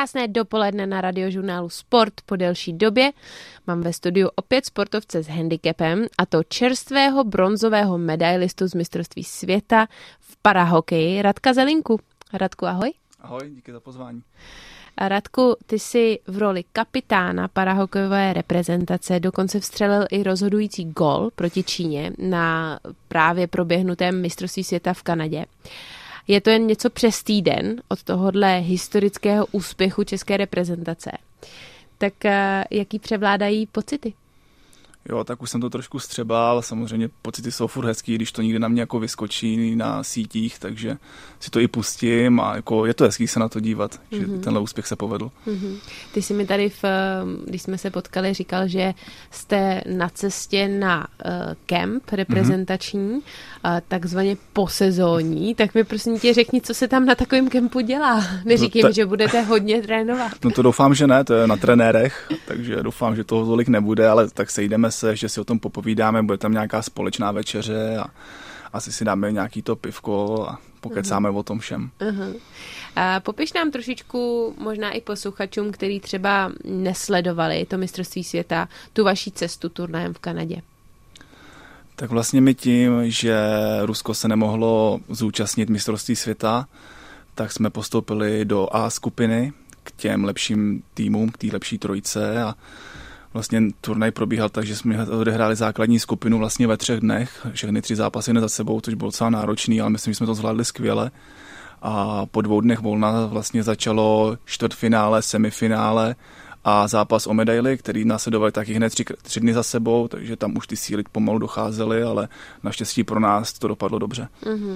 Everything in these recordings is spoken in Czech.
Krásné dopoledne na radiožurnálu Sport po delší době. Mám ve studiu opět sportovce s handicapem, a to čerstvého bronzového medailistu z mistrovství světa v parahokeji Radka Zelinku. Radku, ahoj. Ahoj, díky za pozvání. A Radku, ty jsi v roli kapitána parahokejové reprezentace dokonce vstřelil i rozhodující gól proti Číně na právě proběhnutém mistrovství světa v Kanadě. Je to jen něco přes týden od tohohle historického úspěchu české reprezentace. Tak jaký převládají pocity? Jo, tak už jsem to trošku střebal, samozřejmě pocity jsou furt hezký, když to někde na mě jako vyskočí na sítích, takže si to i pustím a jako je to hezký se na to dívat, že tenhle úspěch se povedl. Ty jsi mi tady, když jsme se potkali, říkal, že jste na cestě na kemp reprezentační, takzvaně posezónní, tak mi prosím tě řekni, co se tam na takovém kempu dělá. Neříkej mi, že budete hodně trénovat. No to doufám, že ne, to je na trenérech, takže doufám, že toho tolik nebude, ale tak sejdeme se, že si o tom popovídáme, bude tam nějaká společná večeře a asi si dáme nějaký to pivko a pokecáme o tom všem. A popiš nám trošičku, možná i posluchačům, který třeba nesledovali to mistrovství světa, tu vaší cestu turnajem v Kanadě. Tak vlastně my tím, že Rusko se nemohlo zúčastnit mistrovství světa, tak jsme postoupili do A skupiny k těm lepším týmům, k té lepší trojice a vlastně turnaj probíhal tak, že jsme odehráli základní skupinu vlastně ve 3 dnech, všechny 3 zápasy hned za sebou, což bylo docela náročný, ale myslím, že jsme to zvládli skvěle. A po 2 dnech volna vlastně začalo čtvrtfinále, semifinále a zápas o medaili, který následovali taky hned 3 dny za sebou, takže tam už ty síly pomalu docházely, ale naštěstí pro nás to dopadlo dobře.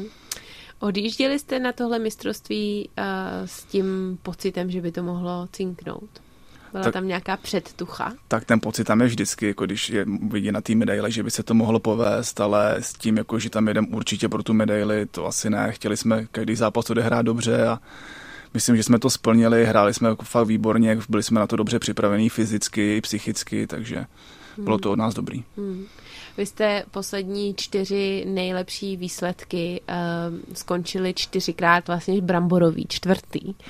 Odjížděli jste na tohle mistrovství s tím pocitem, že by to mohlo cinknout? Byla tam nějaká předtucha? Tak ten pocit tam je vždycky, jako když je vidí na té medaile, že by se to mohlo povést, ale s tím, jako, že tam jedem určitě pro tu medaili, to asi ne. Chtěli jsme každý zápas odehrát dobře a myslím, že jsme to splnili, hráli jsme jako fakt výborně, byli jsme na to dobře připravení fyzicky, psychicky, takže bylo to od nás dobrý. Vy jste poslední 4 nejlepší výsledky skončili 4krát vlastně bramborový, 4.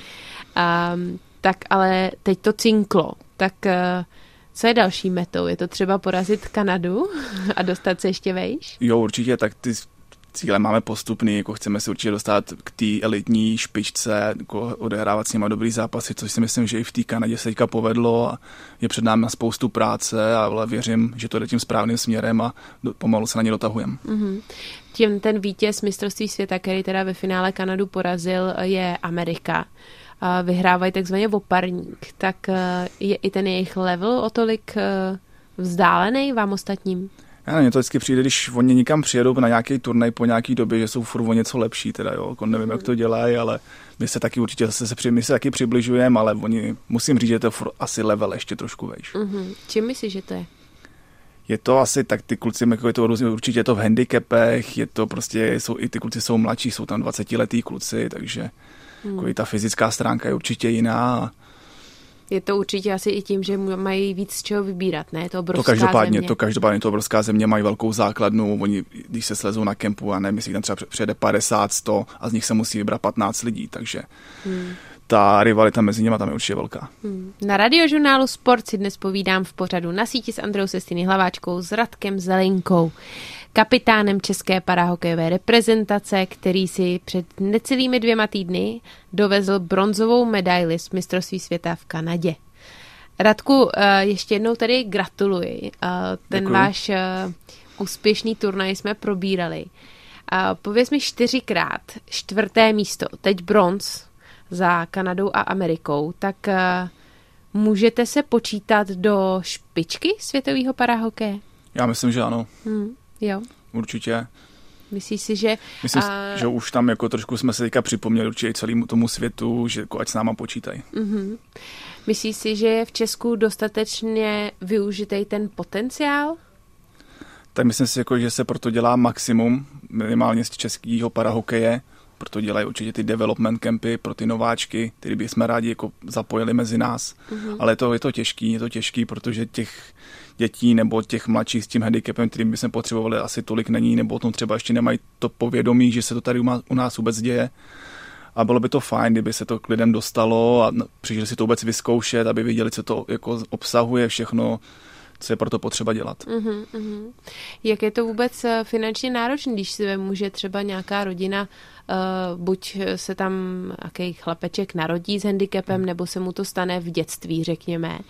Tak ale teď to cinklo. Tak co je další metou? Je to třeba porazit Kanadu a dostat se ještě vejš? Jo, určitě, tak ty cíle máme postupný, jako chceme se určitě dostat k té elitní špičce, jako odehrávat s nima dobrý zápasy, což si myslím, že i v té Kanadě se teďka povedlo a je před námi spoustu práce, ale věřím, že to jde tím správným směrem a pomalu se na ně dotahujeme. Ten vítěz mistrovství světa, který teda ve finále Kanadu porazil, je Amerika. Vyhrávají takzvaně oparník, tak je i ten jejich level o tolik vzdálený vám ostatním? Já nevím, to vždycky přijde, když oni někam přijedou na nějaký turnaj po nějaký době, že jsou furt o něco lepší, teda jo, nevím, jak to dělají, ale my se taky určitě my se taky přibližujeme, ale oni, musím říct, že to je furt asi level ještě trošku vejš. Čím myslíš, že to je? Je to asi tak, ty kluci, jako je to určitě je to v handicapech, je to prostě, i ty kluci jsou mladší, jsou tam 20letý kluci, takže jako i ta fyzická stránka je určitě jiná. Je to určitě asi i tím, že mají víc z čeho vybírat, ne? Je to obrovská země. Každopádně to obrovská země, mají velkou základnu, oni, když se slezou na kempu, a nevím, jestli tam třeba přijede 50, 100 a z nich se musí vybrat 15 lidí, takže ta rivalita mezi nimi tam je určitě velká. Na radiožurnálu Sport si dnes povídám v pořadu Na síti s Andreou Sestiny Hlaváčkou, s Radkem Zelinkou, kapitánem české parahokejové reprezentace, který si před necelými 2 týdny dovezl bronzovou medaili z mistrovství světa v Kanadě. Radku, ještě jednou tady gratuluji. Ten váš úspěšný turnaj jsme probírali. Pověz mi 4krát 4. místo, teď bronz za Kanadou a Amerikou, tak můžete se počítat do špičky světového parahokeje? Já myslím, že ano. Jo. Určitě. Myslíš si, že... Myslím, že už tam jako trošku jsme se teďka připomněli určitě celému tomu světu, že jako ať s náma počítají. Myslíš si, že je v Česku dostatečně využitý ten potenciál? Tak myslím si, jako, že se proto dělá maximum, minimálně z českého parahokeje, proto dělají určitě ty development campy pro ty nováčky, který bychom rádi jako zapojili mezi nás. Ale je to těžký, protože těch dětí nebo těch mladších s tím handicapem, kterým bychom potřebovali, asi tolik není, nebo o tom třeba ještě nemají to povědomí, že se to tady u nás vůbec děje. A bylo by to fajn, kdyby se to k lidem dostalo a přišli si to vůbec vyzkoušet, aby viděli, co to jako obsahuje všechno, co je pro to potřeba dělat. Jak je to vůbec finančně náročné, když si může třeba nějaká rodina, buď se tam nějaký chlapeček narodí s handicapem, nebo se mu to stane v dětství, řekněme,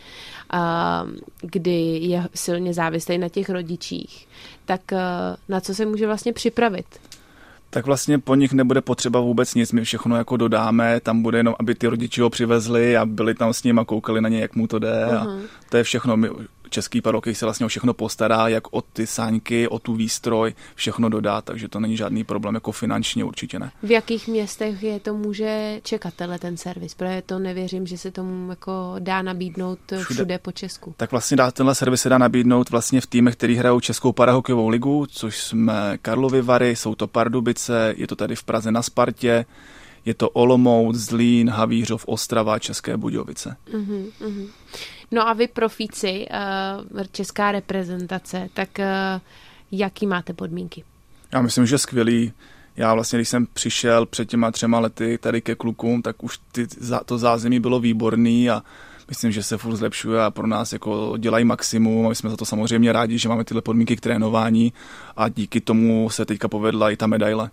kdy je silně závislý na těch rodičích, tak na co se může vlastně připravit? Tak vlastně po nich nebude potřeba vůbec nic, my všechno jako dodáme, tam bude jenom, aby ty rodiči ho přivezli a byli tam s ním a koukali na ně, jak mu to jde a to je všechno. Český paroky se vlastně o všechno postará, jak o ty sáňky, o tu výstroj, všechno dodá, takže to není žádný problém, jako finančně určitě ne. V jakých městech je to může čekat ten servis? Protože to nevěřím, že se tomu jako dá nabídnout všude po Česku. Tak vlastně tenhle servis se dá nabídnout vlastně v týmech, který hrajou Českou parahokejovou ligu, což jsme Karlovy Vary, jsou to Pardubice, je to tady v Praze na Spartě, je to Olomouc, Zlín, Havířov, Ostrava, České Budějovice. No a vy profíci, česká reprezentace, tak jaký máte podmínky? Já myslím, že skvělý. Já vlastně, když jsem přišel před těma 3 lety tady ke klukům, tak už to zázemí bylo výborný a myslím, že se furt zlepšuje a pro nás jako dělají maximum a my jsme za to samozřejmě rádi, že máme tyhle podmínky k trénování a díky tomu se teďka povedla i ta medaile.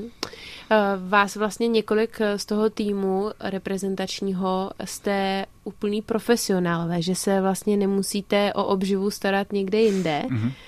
Vás vlastně několik z toho týmu reprezentačního jste úplný profesionálové, že se vlastně nemusíte o obživu starat někde jinde.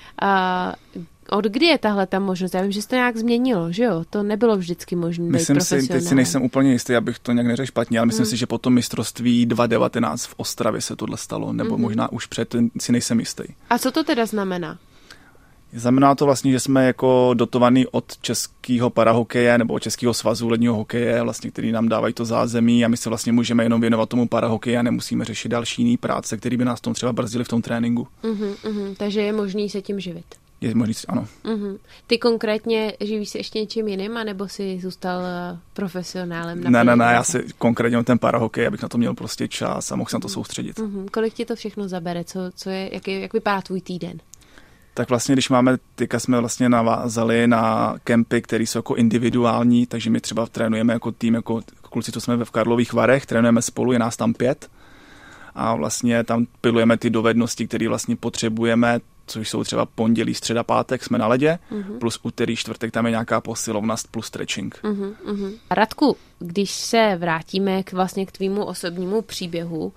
Od kdy je tahle ta možnost? Já vím, že se to nějak změnilo, že jo? To nebylo vždycky možné být profesionálem. Teď si nejsem úplně jistý, abych to nějak neřekl špatně, ale myslím si, že po tom mistrovství 2019 v Ostravě se tohle stalo, nebo možná už předtím si nejsem jistý. A co to teda znamená? Znamená to vlastně, že jsme jako dotovaný od českého parahokeje nebo od českého svazu ledního hokeje, vlastně, který nám dávají to zázemí a my se vlastně můžeme jenom věnovat tomu parahokeji a nemusíme řešit další jiný práce, které by nás tom třeba brzdili v tom tréninku. Takže je možný se tím živit. Je možný, ano. Ty konkrétně živíš se ještě něčím jiným, anebo jsi zůstal profesionálem? Ne, já si konkrétně mám ten parahokej, abych na to měl prostě čas a mohl se na to soustředit. Kolik ti to všechno zabere? Jak vypadá tvůj týden? Tak vlastně, když teďka jsme vlastně navázali na kempy, které jsou jako individuální, takže my třeba trénujeme jako tým, jako kluci, co jsme v Karlových Varech, trénujeme spolu, je nás tam 5 a vlastně tam pilujeme ty dovednosti, které vlastně potřebujeme, což jsou třeba pondělí, středa, pátek, jsme na ledě, plus úterý, čtvrtek tam je nějaká posilovnost plus stretching. Radku, když se vrátíme k tvýmu osobnímu příběhu,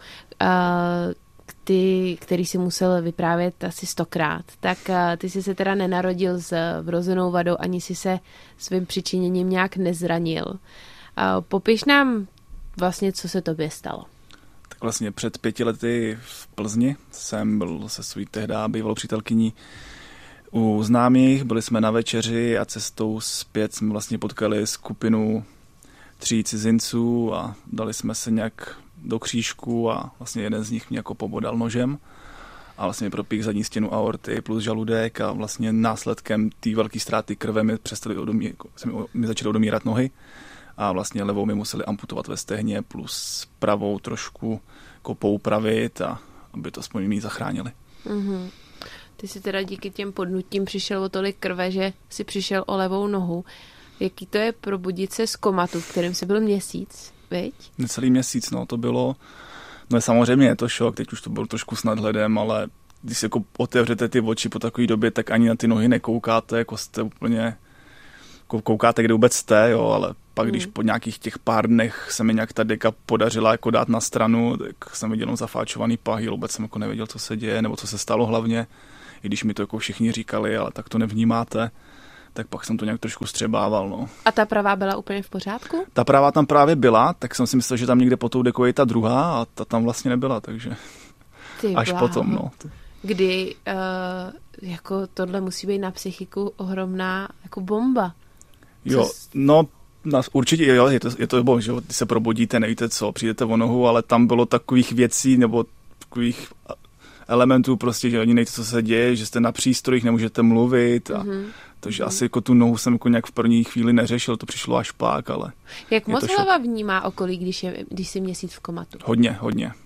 který si musel vyprávět asi 100krát, tak ty jsi se teda nenarodil s vrozenou vadou, ani si se svým přičiněním nějak nezranil. Popiš nám vlastně, co se tobě stalo. Tak vlastně před 5 lety v Plzni jsem byl se svou tehdy bývalou přítelkyní u známých, byli jsme na večeři a cestou zpět jsme vlastně potkali skupinu 3 cizinců a dali jsme se nějak do křížku a vlastně jeden z nich mě jako pobodal nožem a vlastně propích zadní stěnu aorty plus žaludek a vlastně následkem té velké ztráty krve mi začaly odumírat nohy a vlastně levou mi museli amputovat ve stehně plus pravou trošku jako poupravit a aby to aspoň mi zachránili. Ty si teda díky těm podnutím přišel o tolik krve, že si přišel o levou nohu. Jaký to je probudit se z komatu, v kterém se byl měsíc, viď? Necelý měsíc, to bylo, samozřejmě je to šok, teď už to bylo trošku s nadhledem, ale když si jako otevřete ty oči po takové době, tak ani na ty nohy nekoukáte, jako jste úplně, koukáte, kde vůbec jste, jo, ale pak když po nějakých těch pár dnech se mi nějak ta deka podařila jako dát na stranu, tak jsem viděl zafáčovaný pahy, vůbec jsem jako nevěděl, co se děje, nebo co se stalo hlavně, i když mi to jako všichni říkali, ale tak to nevnímáte. Tak pak jsem to nějak trošku střebával. A ta pravá byla úplně v pořádku? Ta pravá tam právě byla, tak jsem si myslel, že tam někde pod tou dekou je ta druhá a ta tam vlastně nebyla, takže až potom. Kdy jako tohle musí být na psychiku ohromná jako bomba. Jo, určitě jo, je to že když se probudíte, nevíte co, přijdete o nohu, ale tam bylo takových věcí nebo takových elementů prostě, že ani nevíte, co se děje, že jste na přístrojích, nemůžete mluvit a takže asi jako tu nohu jsem jako nějak v první chvíli neřešil, to přišlo až pak, ale jak moc hlava vnímá okolí, když jsi měsíc v komatu? Hodně.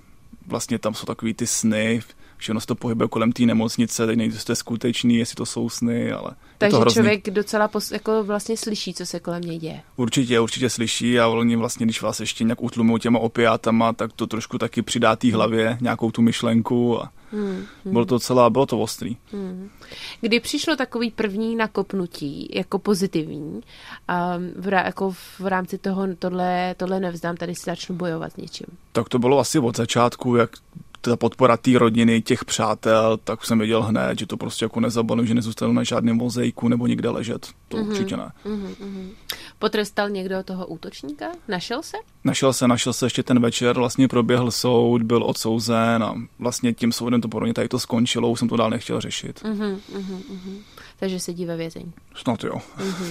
vlastně tam jsou takový ty sny, všechno se to pohybuje kolem té nemocnice, teď nejde, to je skutečný, jestli to jsou sny, ale takže je to hrozný. Člověk docela jako vlastně slyší, co se kolem něj děje. Určitě slyší a oni vlastně, když vás ještě nějak utlumují těma opiátama, tak to trošku taky přidá té hlavě nějakou tu myšlenku a bylo to ostrý. Kdy přišlo takový první nakopnutí, jako pozitivní, jako v rámci toho, tohle nevzdám, tady si začnu bojovat s něčím? Tak to bylo asi od začátku, jak ta podpora té rodiny, těch přátel, tak jsem věděl hned, že to prostě jako nezabalím, že nezůstanu na žádném vozejku nebo nikde ležet. To určitě ne. Potrestal někdo toho útočníka? Našel se? Našel se ještě ten večer, vlastně proběhl soud, byl odsouzen a vlastně tím soudem to pro mě tady to skončilo, už jsem to dál nechtěl řešit. Takže sedí ve vězení. Snad jo.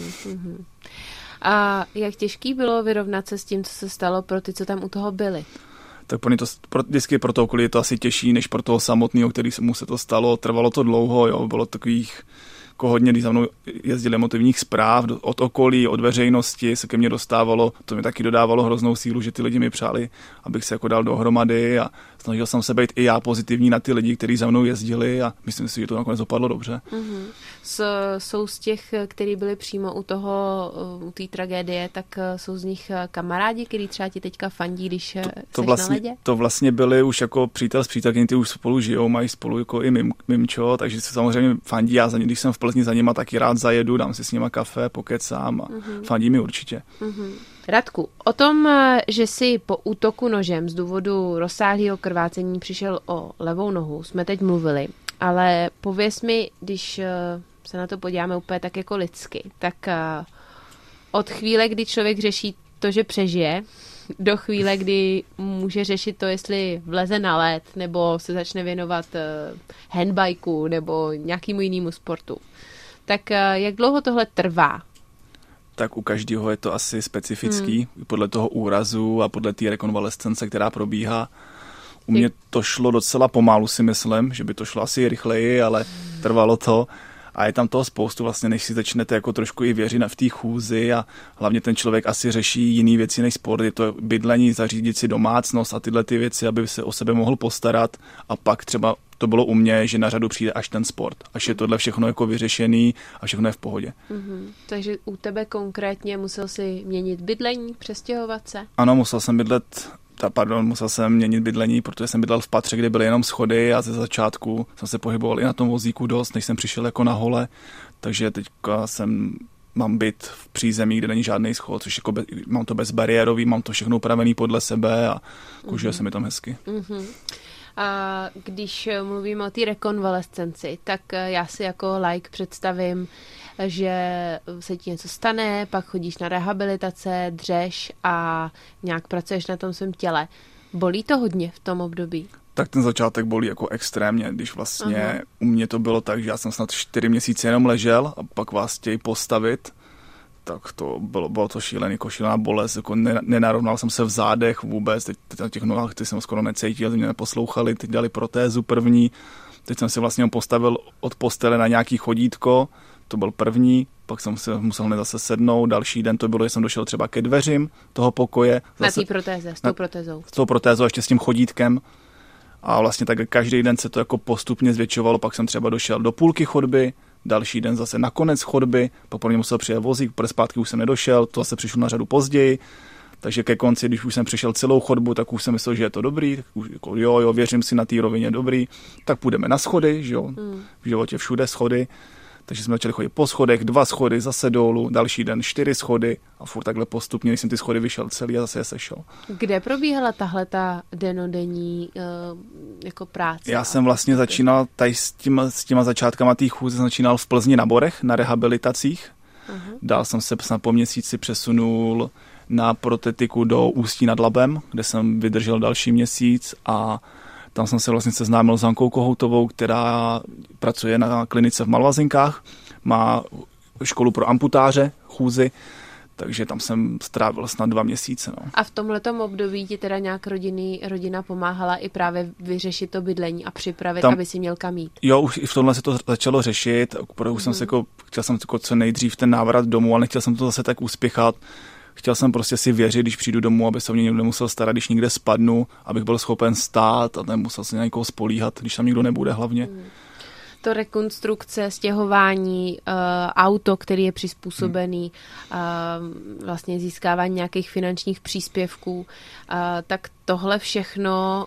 A jak těžký bylo vyrovnat se s tím, co se stalo pro ty, co tam u toho byli? Tak vždycky pro toho okolí je to asi těžší, než pro toho samotného, který mu se to stalo. Trvalo to dlouho, jo, bylo takových jako hodně, když za mnou jezdili emotivních zpráv od okolí, od veřejnosti se ke mně dostávalo, to mi taky dodávalo hroznou sílu, že ty lidi mi přáli, abych se jako dal dohromady a snažil jsem se být i já pozitivní na ty lidi, kteří za mnou jezdili a myslím si, že to nakonec dopadlo dobře. Jsou z těch, kteří byli přímo u té tragédie, tak jsou z nich kamarádi, kteří třeba ti teďka fandí, když na ledě? To vlastně byli už jako přítel s přítelkyní, ty už spolu žijou, mají spolu jako i mimčo, takže se samozřejmě fandí, já za ně, když jsem v Plzni za nima taky rád zajedu, dám si s nima kafe, pokecám a fandí mi určitě. Radku, o tom, že jsi po útoku nožem z důvodu rozsáhlého krvácení přišel o levou nohu, jsme teď mluvili, ale pověz mi, když se na to podíváme úplně tak jako lidsky, tak od chvíle, kdy člověk řeší to, že přežije, do chvíle, kdy může řešit to, jestli vleze na led, nebo se začne věnovat handbajku, nebo nějakému jinému sportu. Tak jak dlouho tohle trvá? Tak u každého je to asi specifický, podle toho úrazu a podle té rekonvalescence, která probíhá. U mě to šlo docela pomalu, si myslím, že by to šlo asi rychleji, ale trvalo to. A je tam toho spoustu, vlastně, než si začnete jako trošku i věřit v té chůzi a hlavně ten člověk asi řeší jiný věci než sport. Je to bydlení, zařídit si domácnost a tyhle ty věci, aby se o sebe mohl postarat a pak třeba to bylo u mě, že na řadu přijde až ten sport, až je tohle všechno jako vyřešený a všechno je v pohodě. Takže u tebe konkrétně musel si měnit bydlení, přestěhovat se? Ano, musel jsem měnit bydlení, protože jsem bydlel v patře, kde byly jenom schody a ze začátku jsem se pohyboval i na tom vozíku dost, než jsem přišel jako na hole, takže teďka mám byt v přízemí, kde není žádný schod, což jako mám to bezbariérový, mám to všechno upravený podle sebe a kužuje se mi tam hezky. A když mluvím o té rekonvalescenci, tak já si jako laik představím, že se ti něco stane, pak chodíš na rehabilitace, dřeš a nějak pracuješ na tom svém těle. Bolí to hodně v tom období? Tak ten začátek bolí jako extrémně, když vlastně u mě to bylo tak, že já jsem snad 4 měsíce jenom ležel a pak vás chtějí postavit, tak to bylo to šílená bolest, jako nenarovnal jsem se v zádech vůbec, teď na těch nohách ty jsem skoro necítil, mě neposlouchali, teď dali protézu první, teď jsem si vlastně postavil od postele na nějaký chodítko, to byl první, pak jsem se musel hned zase sednout, další den to bylo, že jsem došel třeba ke dveřím toho pokoje. Zase, na té protéze, s tou protézou. S tou protézou ještě s tím chodítkem a vlastně tak každý den se to jako postupně zvětšovalo, pak jsem třeba došel do půlky chodby, další den zase na konec chodby, pak pro mě musel přijet vozík, pro zpátky už jsem nedošel, to zase přišlo na řadu později, takže ke konci, když už jsem přišel celou chodbu, tak už jsem myslel, že je to dobrý, tak už jako jo, věřím si na té rovině dobrý, tak půjdeme na schody, že jo, v životě všude schody, takže jsme začali chodit po schodech, 2 schody, zase dolů, další den 4 schody a furt takhle postupně, když jsem ty schody vyšel celý a zase je sešel. Kde probíhala tahleta denodenní jako práce? Já jsem vlastně začínal tady s těma začátkama té chůze, začínal v Plzni na Borech, na rehabilitacích. Dál jsem se po měsíci přesunul na protetiku do Ústí nad Labem, kde jsem vydržel další měsíc a tam jsem se vlastně seznámil s Hankou Kohoutovou, která pracuje na klinice v Malvazinkách, má školu pro amputáře, chůzy, takže tam jsem strávil snad 2 měsíce. No. A v tomhletom období ti teda nějak rodina pomáhala i právě vyřešit to bydlení a připravit, aby si měl kam jít? Jo, už i v tomhle se to začalo řešit, protože jsem chtěl jsem co nejdřív ten návrat domů, ale nechtěl jsem to zase tak uspěchat. chtěl jsem prostě si věřit, když přijdu domů, aby se o mě někdo nemusel starat, když někde spadnu, abych byl schopen stát a nemusel se na někoho spolíhat, když tam nikdo nebude hlavně. To rekonstrukce, stěhování, auto, který je přizpůsobený, vlastně získávání nějakých finančních příspěvků, tak tohle všechno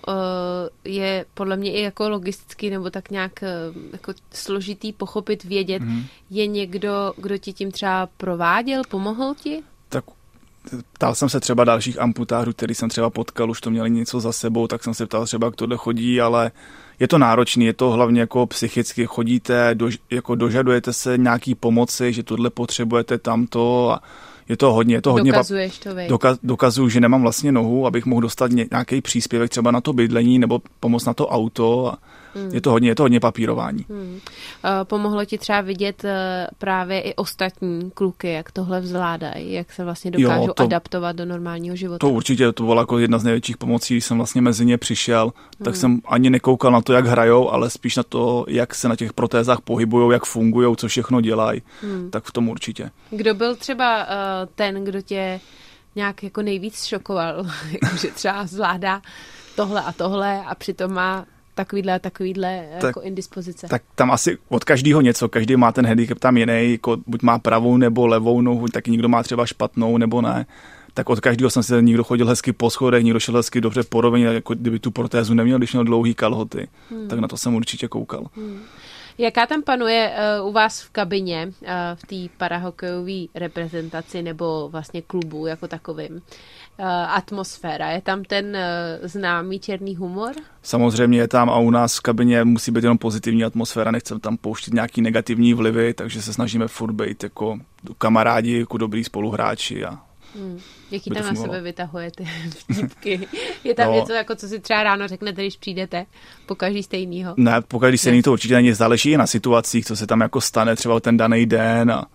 je podle mě i jako logisticky nebo tak nějak jako složitý pochopit, vědět. Je někdo, kdo ti tím třeba prováděl, pomohl ti? Tak ptal jsem se třeba dalších amputářů, který jsem třeba potkal, už to měli něco za sebou, tak jsem se ptal třeba, jak tohle chodí, ale je to náročný, je to hlavně jako psychicky, chodíte, jako dožadujete se nějaký pomoci, že tohle potřebujete, tamto a je to hodně. Dokazuješ to, vej. Dokazuju, že nemám vlastně nohu, abych mohl dostat nějaký příspěvek třeba na to bydlení nebo pomoc na to auto. Je to hodně papírování. Pomohlo ti třeba vidět právě i ostatní kluky, jak tohle zvládají, jak se vlastně dokážou adaptovat do normálního života? To určitě, to byla jako jedna z největších pomocí, když jsem vlastně mezi ně přišel, tak jsem ani nekoukal na to, jak hrajou, ale spíš na to, jak se na těch protézách pohybujou, jak fungujou, co všechno dělají. Tak v tom určitě. Kdo byl třeba ten, kdo tě nějak jako nejvíc šokoval, že třeba zvládá tohle a tohle a přitom má takovýhle jako indispozice. Tak tam asi od každého něco, každý má ten handicap tam jiný, jako buď má pravou nebo levou nohu, tak někdo má třeba špatnou nebo ne. Tak od každého jsem si někdo chodil hezky po schodech, někdo šel hezky dobře poroveň, jako kdyby tu protézu neměl, když měl dlouhý kalhoty. Tak na to jsem určitě koukal. Jaká tam panuje u vás v kabině, v té parahokejové reprezentaci nebo vlastně klubu jako takovým? Atmosféra. Je tam ten známý černý humor? Samozřejmě je tam a u nás v kabině musí být jenom pozitivní atmosféra, nechceme tam pouštět nějaký negativní vlivy, takže se snažíme furt být jako kamarádi, jako dobrý spoluhráči a jaký tam na sebe vytahujete vtipky? Je tam něco, jako co si třeba ráno řeknete, když přijdete? Pokaždý stejnýho? Ne, pokaždý stejný to určitě není. Záleží i na situacích, co se tam jako stane třeba ten daný den. A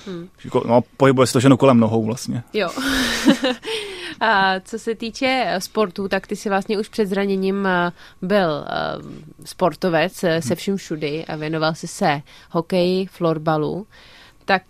pohybuje se to ženo kolem nohou vlastně. Jo. A co se týče sportu, tak ty si vlastně už před zraněním byl sportovec se vším všudy a věnoval si se hokeji, florbalu. Tak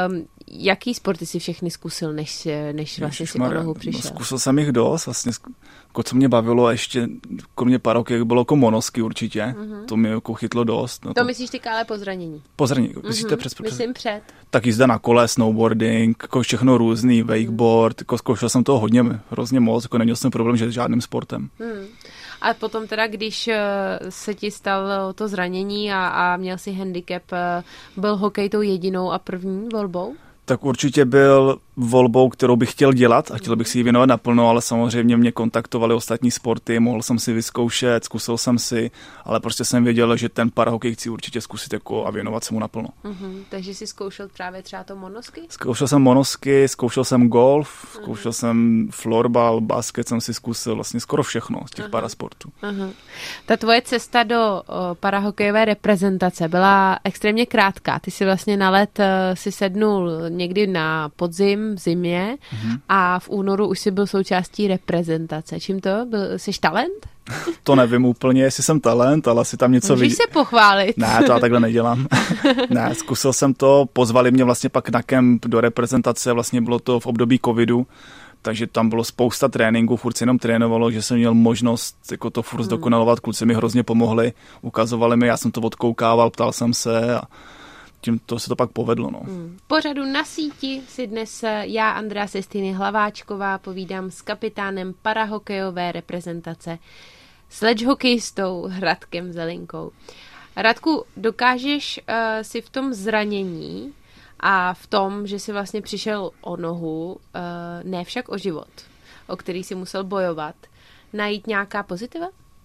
jaký sporty si všechny zkusil, než vlastně si o nohu přišel? Zkusil jsem jich dost, vlastně, jako co mě bavilo ještě, kromě parokej, bylo jako monosky určitě, to mě jako chytlo dost. No to myslíš ty ale po zranění? Po zranění, myslíte Myslím před. Tak jízda na kole, snowboarding, jako všechno různý, wakeboard, jako zkoušel jsem toho hrozně moc, jako neměl jsem problém s žádným sportem. A potom teda, když se ti stalo to zranění a měl si handicap, byl hokej tou jedinou a první volbou? Tak určitě byl volbou, kterou bych chtěl dělat a chtěl bych si ji věnovat naplno, ale samozřejmě mě kontaktovali ostatní sporty, mohl jsem si vyzkoušet, zkusil jsem si, ale prostě jsem věděl, že ten parahokej chci určitě zkusit jako a věnovat se mu naplno. Takže jsi zkoušel právě třeba to monosky? Zkoušel jsem monosky, zkoušel jsem golf, zkoušel jsem florbal, basket jsem si zkusil, vlastně skoro všechno z těch parasportů. Ta tvoje cesta do parahokejové reprezentace byla extrémně krátká. Ty si vlastně na let si sednul někdy na podzim, v zimě a v únoru už si byl součástí reprezentace. Čím to? Jsi talent? To nevím úplně, jestli jsem talent, ale asi tam něco Můžeš se pochválit. Ne, to já takhle nedělám. Ne, zkusil jsem to, pozvali mě vlastně pak na kemp do reprezentace, vlastně bylo to v období covidu, takže tam bylo spousta tréninků, furt se jenom trénovalo, že jsem měl možnost jako to furt zdokonalovat, kluci mi hrozně pomohli, ukazovali mi, já jsem to odkoukával, ptal jsem se a tím to se to pak povedlo. No. Pořadu Na síti si dnes já, Andrea Sestiny Hlaváčková, povídám s kapitánem parahokejové reprezentace, sledgehokejistou Radkem Zelinkou. Radku, dokážeš si v tom zranění a v tom, že jsi vlastně přišel o nohu, ne však o život, o který si musel bojovat, najít nějaká pozitiva?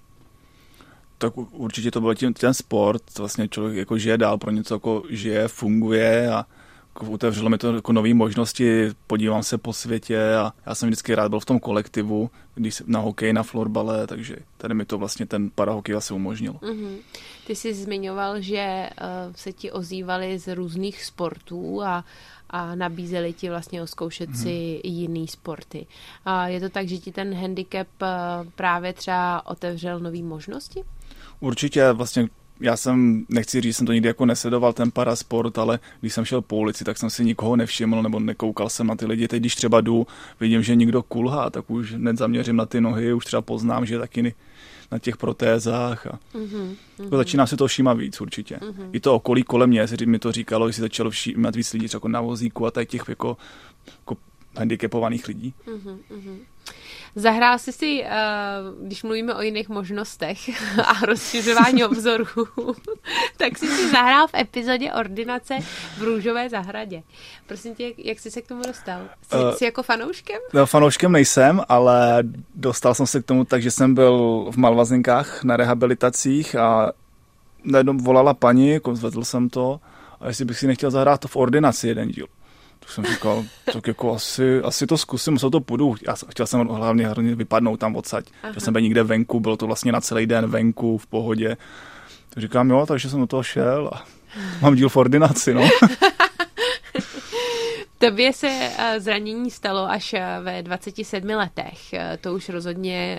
Tak určitě to byl ten sport, vlastně člověk jako žije dál, pro něco jako žije, funguje a jako otevřelo mi to jako nové možnosti, podívám se po světě a já jsem vždycky rád byl v tom kolektivu, když na hokej, na florbale, takže tady mi to vlastně ten parahokej asi umožnil. Ty jsi zmiňoval, že se ti ozývali z různých sportů a nabízeli ti vlastně oskoušet si jiný sporty. A je to tak, že ti ten handicap právě třeba otevřel nové možnosti? Určitě vlastně já nechci říct, že jsem to nikdy jako nesledoval, ten parasport, ale když jsem šel po ulici, tak jsem si nikoho nevšiml, nebo nekoukal jsem na ty lidi. Teď, když třeba jdu, vidím, že někdo kulhá, tak už hned zaměřím na ty nohy, už třeba poznám, že taky na těch protézách. A začínám si to všímat víc určitě. I to okolí kolem mě, mi to říkalo, že si začalo všímat víc lidí třeba na vozíku a těch jako handicapovaných lidí. Zahrál jsi si, když mluvíme o jiných možnostech a rozšiřování obzoru, tak jsi zahrál v epizodě Ordinace v Růžové zahradě. Prosím tě, jak jsi se k tomu dostal? Jsi jako fanouškem? No, fanouškem nejsem, ale dostal jsem se k tomu tak, že jsem byl v Malvazinkách na rehabilitacích a najednou volala paní, jako zvedl jsem to, a jestli bych si nechtěl zahrát to v Ordinaci jeden díl. Tak jsem říkal, tak jako asi to zkusím, co to půjdu. Já chtěl jsem hlavně vypadnout tam odsaď. Že jsem byl někde venku, bylo to vlastně na celý den venku, v pohodě. Tak říkám, jo, takže jsem do toho šel a mám díl v Ordinaci, no. Tobě se zranění stalo až ve 27 letech. To už rozhodně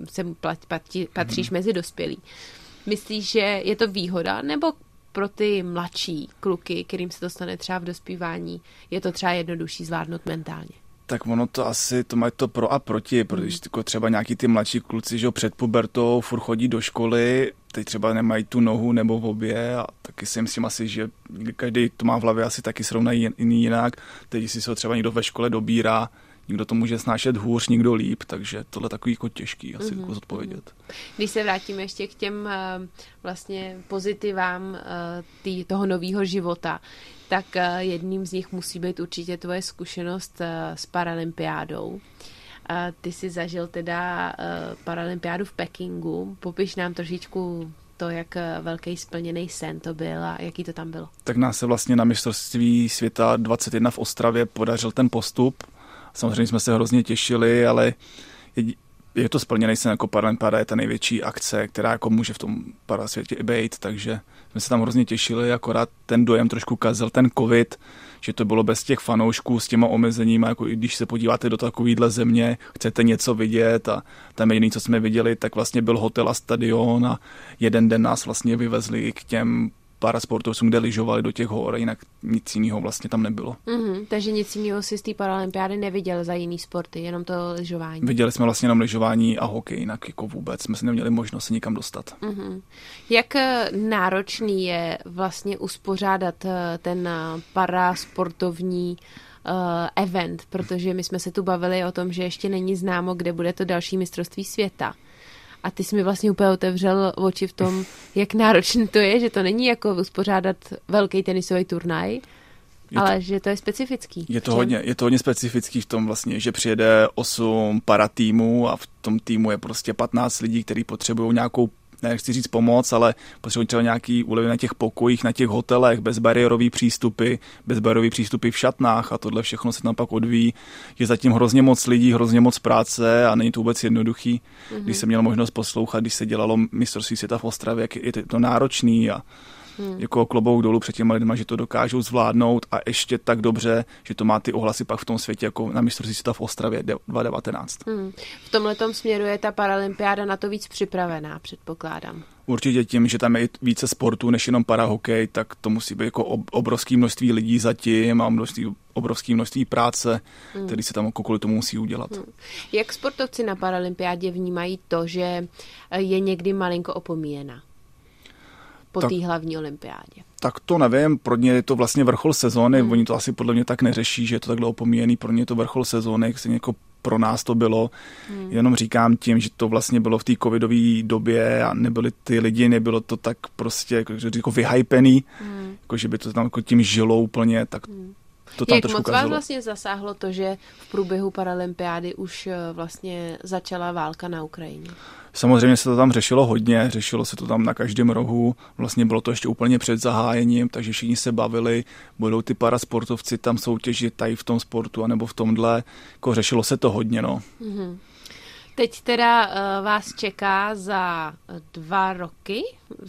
patříš mezi dospělí. Myslíš, že je to výhoda, nebo pro ty mladší kluky, kterým se to stane třeba v dospívání, je to třeba jednodušší zvládnout mentálně? Tak ono to asi, to mají to pro a proti, protože třeba nějaký ty mladší kluci, že před pubertou furt chodí do školy, teď třeba nemají tu nohu nebo v obě a taky si myslím asi, že každý to má v hlavě asi taky srovna jinak, teď si se ho třeba někdo ve škole dobírá, někdo to může snášet hůř, někdo líp, takže tohle je takový jako těžký asi jako zodpovědět. Když se vrátíme ještě k těm vlastně pozitivám toho nového života, tak jedním z nich musí být určitě tvoje zkušenost s paralympiádou. Ty jsi zažil teda paralympiádu v Pekingu. Popiš nám trošičku to, jak velký splněný sen to byl a jaký to tam bylo. Tak nás se vlastně na mistrovství světa 21 v Ostravě podařil ten postup. Samozřejmě jsme se hrozně těšili, ale je to splněný sen, jako paralympiáda je ta největší akce, která jako může v tom parasvětě být, takže jsme se tam hrozně těšili, akorát ten dojem trošku kazil ten covid, že to bylo bez těch fanoušků s těma omezeními, jako i když se podíváte do takovýhle země, chcete něco vidět a tam jediný, co jsme viděli, tak vlastně byl hotel a stadion a jeden den nás vlastně vyvezli k těm parasportovcům, kde lyžovali do těch hor, jinak nic jiného vlastně tam nebylo. Takže nic jiného si z té paralympiády neviděl za jiný sporty, jenom to lyžování. Viděli jsme vlastně jenom lyžování a hokej, jinak jako vůbec jsme se neměli možnost se nikam dostat. Jak náročný je vlastně uspořádat ten parasportovní event, protože my jsme se tu bavili o tom, že ještě není známo, kde bude to další mistrovství světa. A ty jsi mi vlastně úplně otevřel oči v tom, jak náročné to je, že to není jako uspořádat velký tenisový turnaj, ale že to je specifický. Je to hodně specifický v tom vlastně, že přijede 8 paratýmů a v tom týmu je prostě 15 lidí, kteří potřebují nějakou, nechci říct pomoc, ale potřebují třeba nějaký úlevy na těch pokojích, na těch hotelech, bezbariérový přístupy v šatnách a tohle všechno se tam pak odvíjí. Je zatím hrozně moc lidí, hrozně moc práce a není to vůbec jednoduchý. Když jsem měl možnost poslouchat, když se dělalo mistrovství světa v Ostravě, jak je to náročný a jako klobouk dolů před těma lidma, že to dokážou zvládnout a ještě tak dobře, že to má ty ohlasy pak v tom světě, jako na mistrovství světa v Ostravě 2019. V tomhletom směru je ta paralympiáda na to víc připravená, předpokládám. Určitě tím, že tam je více sportů než jenom parahokej, tak to musí být jako obrovské množství lidí zatím a obrovské množství práce, který se tam jako kvůli tomu musí udělat. Jak sportovci na paralympiádě vnímají to, že je někdy malinko opomíjena po té hlavní olympiádě? Tak to nevím, pro ně je to vlastně vrchol sezóny, oni to asi podle mě tak neřeší, že je to takhle opomíjený, pro ně je to vrchol sezóny, jako pro nás to bylo, jenom říkám tím, že to vlastně bylo v té covidové době a nebyly ty lidi, nebylo to tak prostě jako vyhypený, jako že by to tam jako tím žilo úplně, tak to tam trošku moc vás vlastně zasáhlo to, že v průběhu paralympiády už vlastně začala válka na Ukrajině? Samozřejmě se to tam řešilo se to tam na každém rohu, vlastně bylo to ještě úplně před zahájením, takže všichni se bavili, budou ty parasportovci tam soutěžit tady v tom sportu anebo v tomhle, jako řešilo se to hodně, no. Teď teda vás čeká za 2 roky,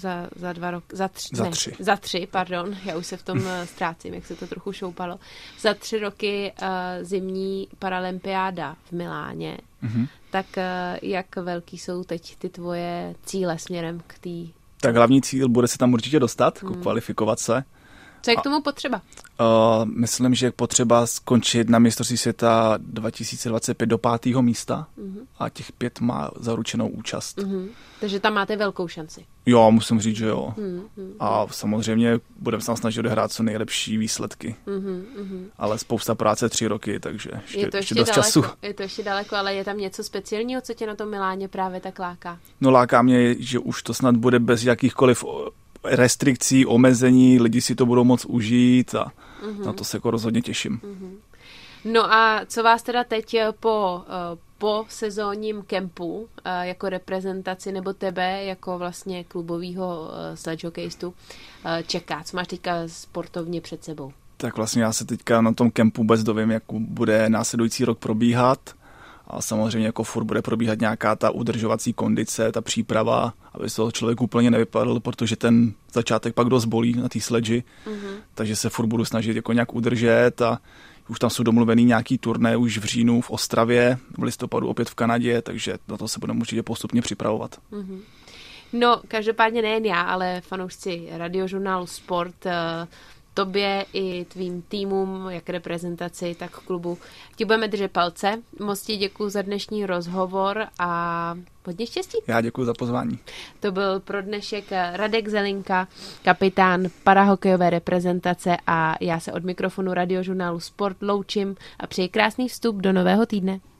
za 3, pardon, já už se v tom ztrácím, jak se to trochu šoupalo. Za 3 roky zimní paralympiáda v Miláně. Tak jak velký jsou teď ty tvoje cíle směrem k té Tak hlavní cíl bude se tam určitě dostat, kvalifikovat se. Co je k tomu potřeba? Myslím, že je potřeba skončit na mistrovství světa 2025 do 5. místa a těch 5 má zaručenou účast. Takže tam máte velkou šanci. Jo, musím říct, že jo. A samozřejmě budeme se tam snažit odehrát co nejlepší výsledky. Ale spousta práce, 3 roky, takže ještě dost času. Je to ještě daleko, ale je tam něco speciálního, co tě na tom Miláně právě tak láká? No láká mě, že už to snad bude bez jakýchkoliv restrikcí, omezení, lidi si to budou moc užít a na to se jako rozhodně těším. No a co vás teda teď po sezónním kempu jako reprezentaci nebo tebe jako vlastně klubovýho sledgehokejistu čeká? Co máš teďka sportovně před sebou? Tak vlastně já se teďka na tom kempu vůbec dovím, jak bude následující rok probíhat. A samozřejmě jako furt bude probíhat nějaká ta udržovací kondice, ta příprava, aby se toho člověk úplně nevypadl, protože ten začátek pak dost bolí na té sledži, takže se furt budu snažit jako nějak udržet a už tam jsou domluvený nějaký turné už v říjnu v Ostravě, v listopadu opět v Kanadě, takže na to se budeme určitě postupně připravovat. No, každopádně nejen já, ale fanoušci Radiožurnálu Sport, tobě i tvým týmům, jak reprezentaci, tak klubu. Ti budeme držet palce. Moc ti děkuji za dnešní rozhovor a hodně štěstí. Já děkuji za pozvání. To byl pro dnešek Radek Zelinka, kapitán parahokejové reprezentace a já se od mikrofonu Radiožurnálu Sport loučím a přeji krásný vstup do nového týdne.